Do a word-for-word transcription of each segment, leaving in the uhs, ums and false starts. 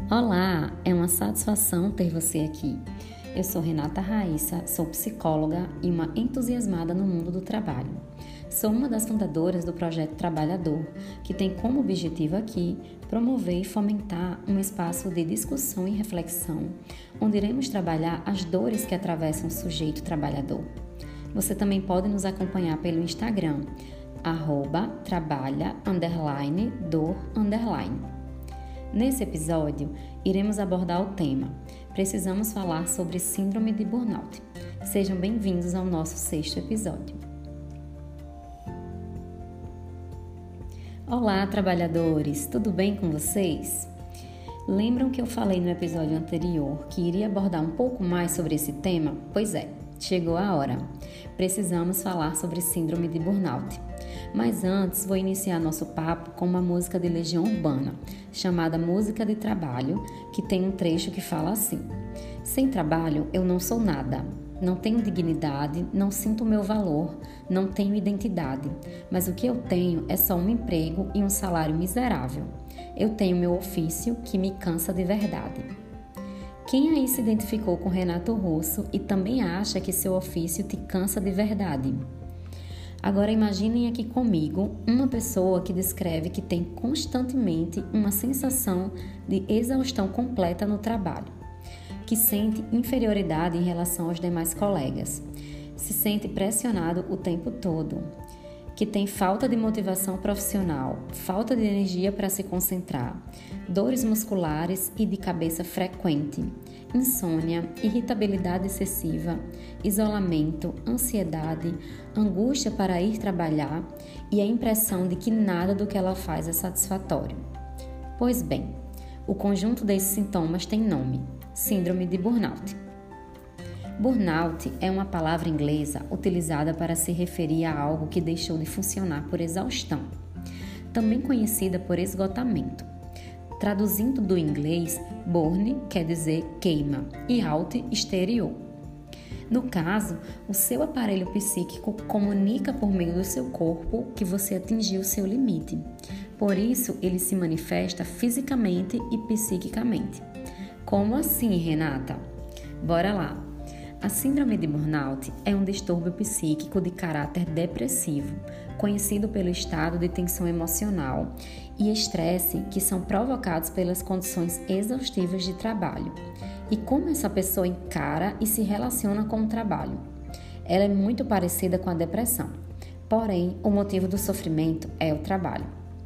Olá, é uma satisfação ter você aqui. Eu sou Renata Raissa, sou psicóloga e uma entusiasmada no mundo do trabalho. Sou uma das fundadoras do Projeto Trabalhador, que tem como objetivo aqui promover e fomentar um espaço de discussão e reflexão, onde iremos trabalhar as dores que atravessam o sujeito trabalhador. Você também pode nos acompanhar pelo Instagram, arroba trabalha, underline, dor, underline. Nesse episódio, iremos abordar o tema Precisamos falar sobre síndrome de burnout. Sejam bem-vindos ao nosso sexto episódio. Olá, trabalhadores! Tudo bem com vocês? Lembram que eu falei no episódio anterior que iria abordar um pouco mais sobre esse tema? Pois é, chegou a hora. Precisamos falar sobre síndrome de burnout. Mas antes, vou iniciar nosso papo com uma música de Legião Urbana, chamada Música de Trabalho, que tem um trecho que fala assim: sem trabalho, eu não sou nada. Não tenho dignidade, não sinto o meu valor, não tenho identidade. Mas o que eu tenho é só um emprego e um salário miserável. Eu tenho meu ofício que me cansa de verdade. Quem aí se identificou com Renato Russo e também acha que seu ofício te cansa de verdade? Agora imaginem aqui comigo uma pessoa que descreve que tem constantemente uma sensação de exaustão completa no trabalho, que sente inferioridade em relação aos demais colegas, se sente pressionado o tempo todo, que tem falta de motivação profissional, falta de energia para se concentrar, dores musculares e de cabeça frequente, insônia, irritabilidade excessiva, isolamento, ansiedade, angústia para ir trabalhar e a impressão de que nada do que ela faz é satisfatório. Pois bem, o conjunto desses sintomas tem nome: síndrome de burnout. Burnout é uma palavra inglesa utilizada para se referir a algo que deixou de funcionar por exaustão, também conhecida por esgotamento. Traduzindo do inglês, burn quer dizer queima e out, exterior. No caso, o seu aparelho psíquico comunica por meio do seu corpo que você atingiu seu limite. Por isso, ele se manifesta fisicamente e psiquicamente. Como assim, Renata? Bora lá! A síndrome de burnout é um distúrbio psíquico de caráter depressivo, conhecido pelo estado de tensão emocional e estresse que são provocados pelas condições exaustivas de trabalho. E como essa pessoa encara e se relaciona com o trabalho? Ela é muito parecida com a depressão, porém, o motivo do sofrimento é o trabalho.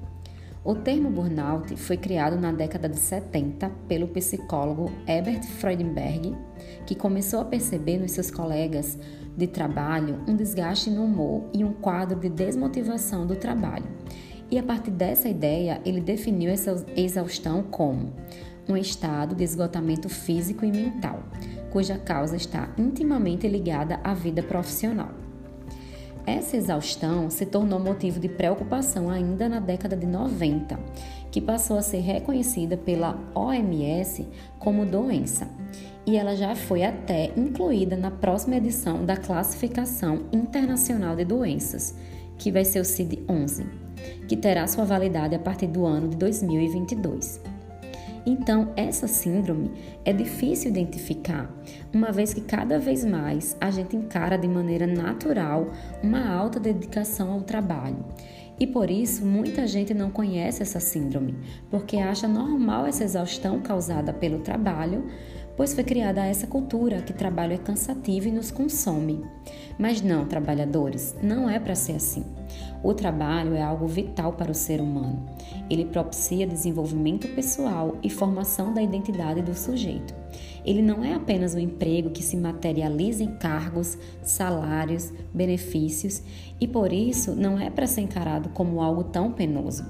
O termo burnout foi criado na década de setenta pelo psicólogo Herbert Freudenberg, que começou a perceber nos seus colegas de trabalho um desgaste no humor e um quadro de desmotivação do trabalho. E a partir dessa ideia, ele definiu essa exaustão como um estado de esgotamento físico e mental, cuja causa está intimamente ligada à vida profissional. Essa exaustão se tornou motivo de preocupação ainda na década de noventa, que passou a ser reconhecida pela O M S como doença, e ela já foi até incluída na próxima edição da Classificação Internacional de Doenças, que vai ser o C I D onze, que terá sua validade a partir do ano de dois mil e vinte e dois. Então, essa síndrome é difícil identificar, uma vez que cada vez mais a gente encara de maneira natural uma alta dedicação ao trabalho. E por isso, muita gente não conhece essa síndrome, porque acha normal essa exaustão causada pelo trabalho, pois foi criada essa cultura que trabalho é cansativo e nos consome. Mas não, trabalhadores, não é para ser assim. O trabalho é algo vital para o ser humano. Ele propicia desenvolvimento pessoal e formação da identidade do sujeito. Ele não é apenas um emprego que se materializa em cargos, salários, benefícios e, por isso, não é para ser encarado como algo tão penoso.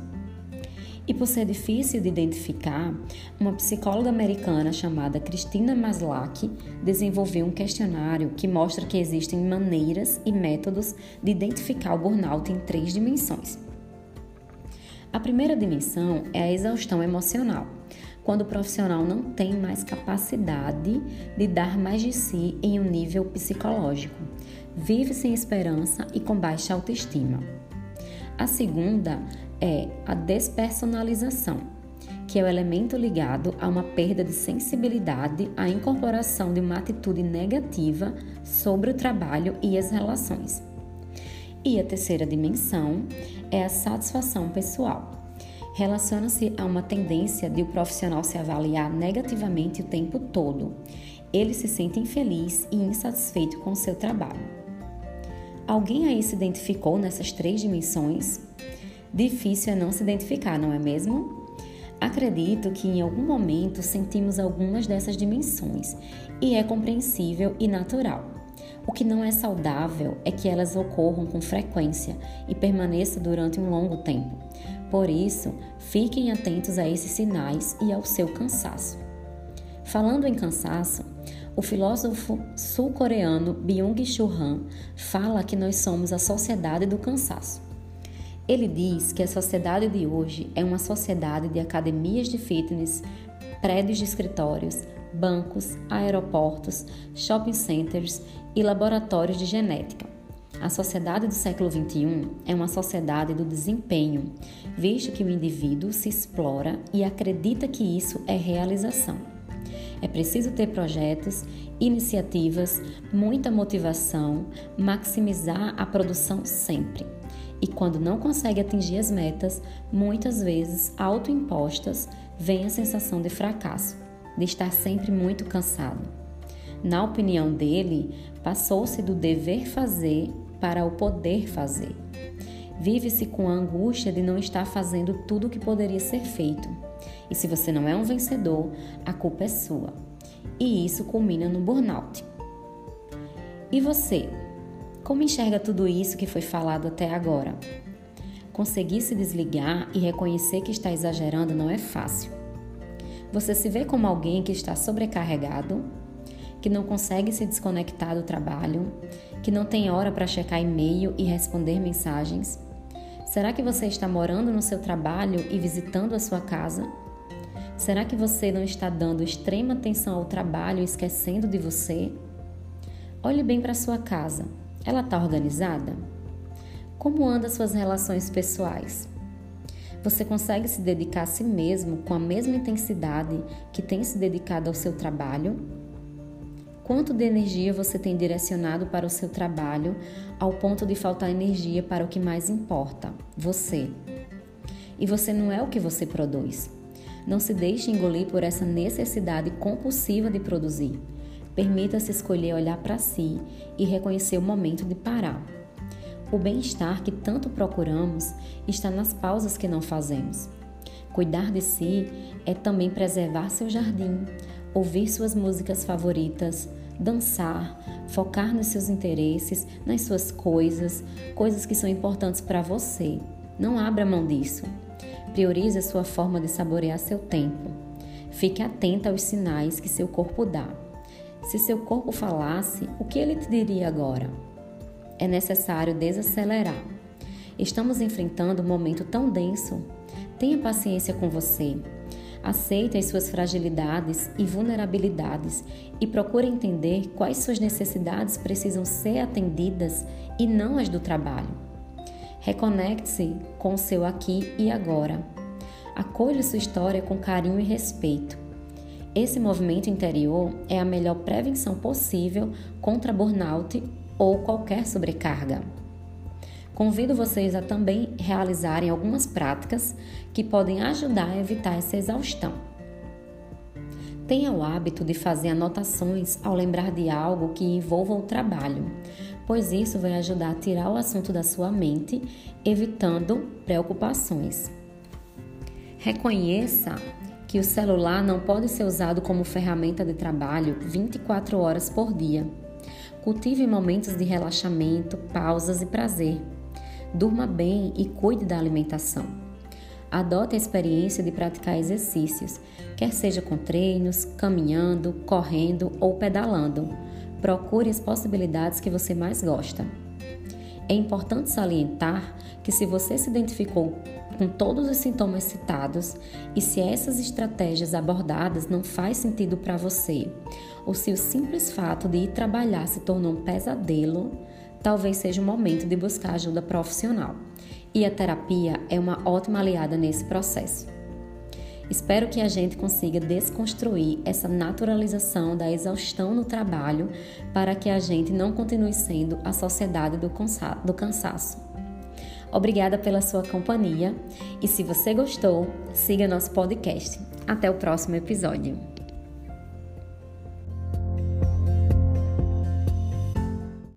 E por ser difícil de identificar, uma psicóloga americana chamada Christina Maslach desenvolveu um questionário que mostra que existem maneiras e métodos de identificar o burnout em três dimensões. A primeira dimensão é a exaustão emocional, quando o profissional não tem mais capacidade de dar mais de si em um nível psicológico, vive sem esperança e com baixa autoestima. A segunda é a despersonalização, que é o elemento ligado a uma perda de sensibilidade à incorporação de uma atitude negativa sobre o trabalho e as relações. E a terceira dimensão é a satisfação pessoal. Relaciona-se a uma tendência de o profissional se avaliar negativamente o tempo todo. Ele se sente infeliz e insatisfeito com o seu trabalho. Alguém aí se identificou nessas três dimensões? Difícil é não se identificar, não é mesmo? Acredito que em algum momento sentimos algumas dessas dimensões e é compreensível e natural. O que não é saudável é que elas ocorram com frequência e permaneçam durante um longo tempo. Por isso, fiquem atentos a esses sinais e ao seu cansaço. Falando em cansaço, o filósofo sul-coreano Byung-Chul Han fala que nós somos a sociedade do cansaço. Ele diz que a sociedade de hoje é uma sociedade de academias de fitness, prédios de escritórios, bancos, aeroportos, shopping centers e laboratórios de genética. A sociedade do século vinte e um é uma sociedade do desempenho, visto que o indivíduo se explora e acredita que isso é realização. É preciso ter projetos, iniciativas, muita motivação, maximizar a produção sempre. E quando não consegue atingir as metas, muitas vezes autoimpostas, vem a sensação de fracasso, de estar sempre muito cansado. Na opinião dele, passou-se do dever fazer para o poder fazer. Vive-se com a angústia de não estar fazendo tudo o que poderia ser feito. E se você não é um vencedor, a culpa é sua. E isso culmina no burnout. E você? Como enxerga tudo isso que foi falado até agora? Conseguir se desligar e reconhecer que está exagerando não é fácil. Você se vê como alguém que está sobrecarregado, que não consegue se desconectar do trabalho, que não tem hora para checar e-mail e responder mensagens? Será que você está morando no seu trabalho e visitando a sua casa? Será que você não está dando extrema atenção ao trabalho e esquecendo de você? Olhe bem para a sua casa. Ela está organizada? Como andam suas relações pessoais? Você consegue se dedicar a si mesmo com a mesma intensidade que tem se dedicado ao seu trabalho? Quanto de energia você tem direcionado para o seu trabalho ao ponto de faltar energia para o que mais importa, você? E você não é o que você produz. Não se deixe engolir por essa necessidade compulsiva de produzir. Permita-se escolher olhar para si e reconhecer o momento de parar. O bem-estar que tanto procuramos está nas pausas que não fazemos. Cuidar de si é também preservar seu jardim, ouvir suas músicas favoritas, dançar, focar nos seus interesses, nas suas coisas, coisas que são importantes para você. Não abra mão disso. Priorize a sua forma de saborear seu tempo. Fique atenta aos sinais que seu corpo dá. Se seu corpo falasse, o que ele te diria agora? É necessário desacelerar. Estamos enfrentando um momento tão denso. Tenha paciência com você. Aceite as suas fragilidades e vulnerabilidades e procure entender quais suas necessidades precisam ser atendidas e não as do trabalho. Reconecte-se com o seu aqui e agora. Acolha sua história com carinho e respeito. Esse movimento interior é a melhor prevenção possível contra burnout ou qualquer sobrecarga. Convido vocês a também realizarem algumas práticas que podem ajudar a evitar essa exaustão. Tenha o hábito de fazer anotações ao lembrar de algo que envolva o trabalho, pois isso vai ajudar a tirar o assunto da sua mente, evitando preocupações. Reconheça que o celular não pode ser usado como ferramenta de trabalho vinte e quatro horas por dia. Cultive momentos de relaxamento, pausas e prazer. Durma bem e cuide da alimentação. Adote a experiência de praticar exercícios, quer seja com treinos, caminhando, correndo ou pedalando. Procure as possibilidades que você mais gosta. É importante salientar que se você se identificou com todos os sintomas citados e se essas estratégias abordadas não faz sentido para você, ou se o simples fato de ir trabalhar se tornou um pesadelo, talvez seja o momento de buscar ajuda profissional. E a terapia é uma ótima aliada nesse processo. Espero que a gente consiga desconstruir essa naturalização da exaustão no trabalho para que a gente não continue sendo a sociedade do cansaço. Obrigada pela sua companhia e se você gostou, siga nosso podcast. Até o próximo episódio.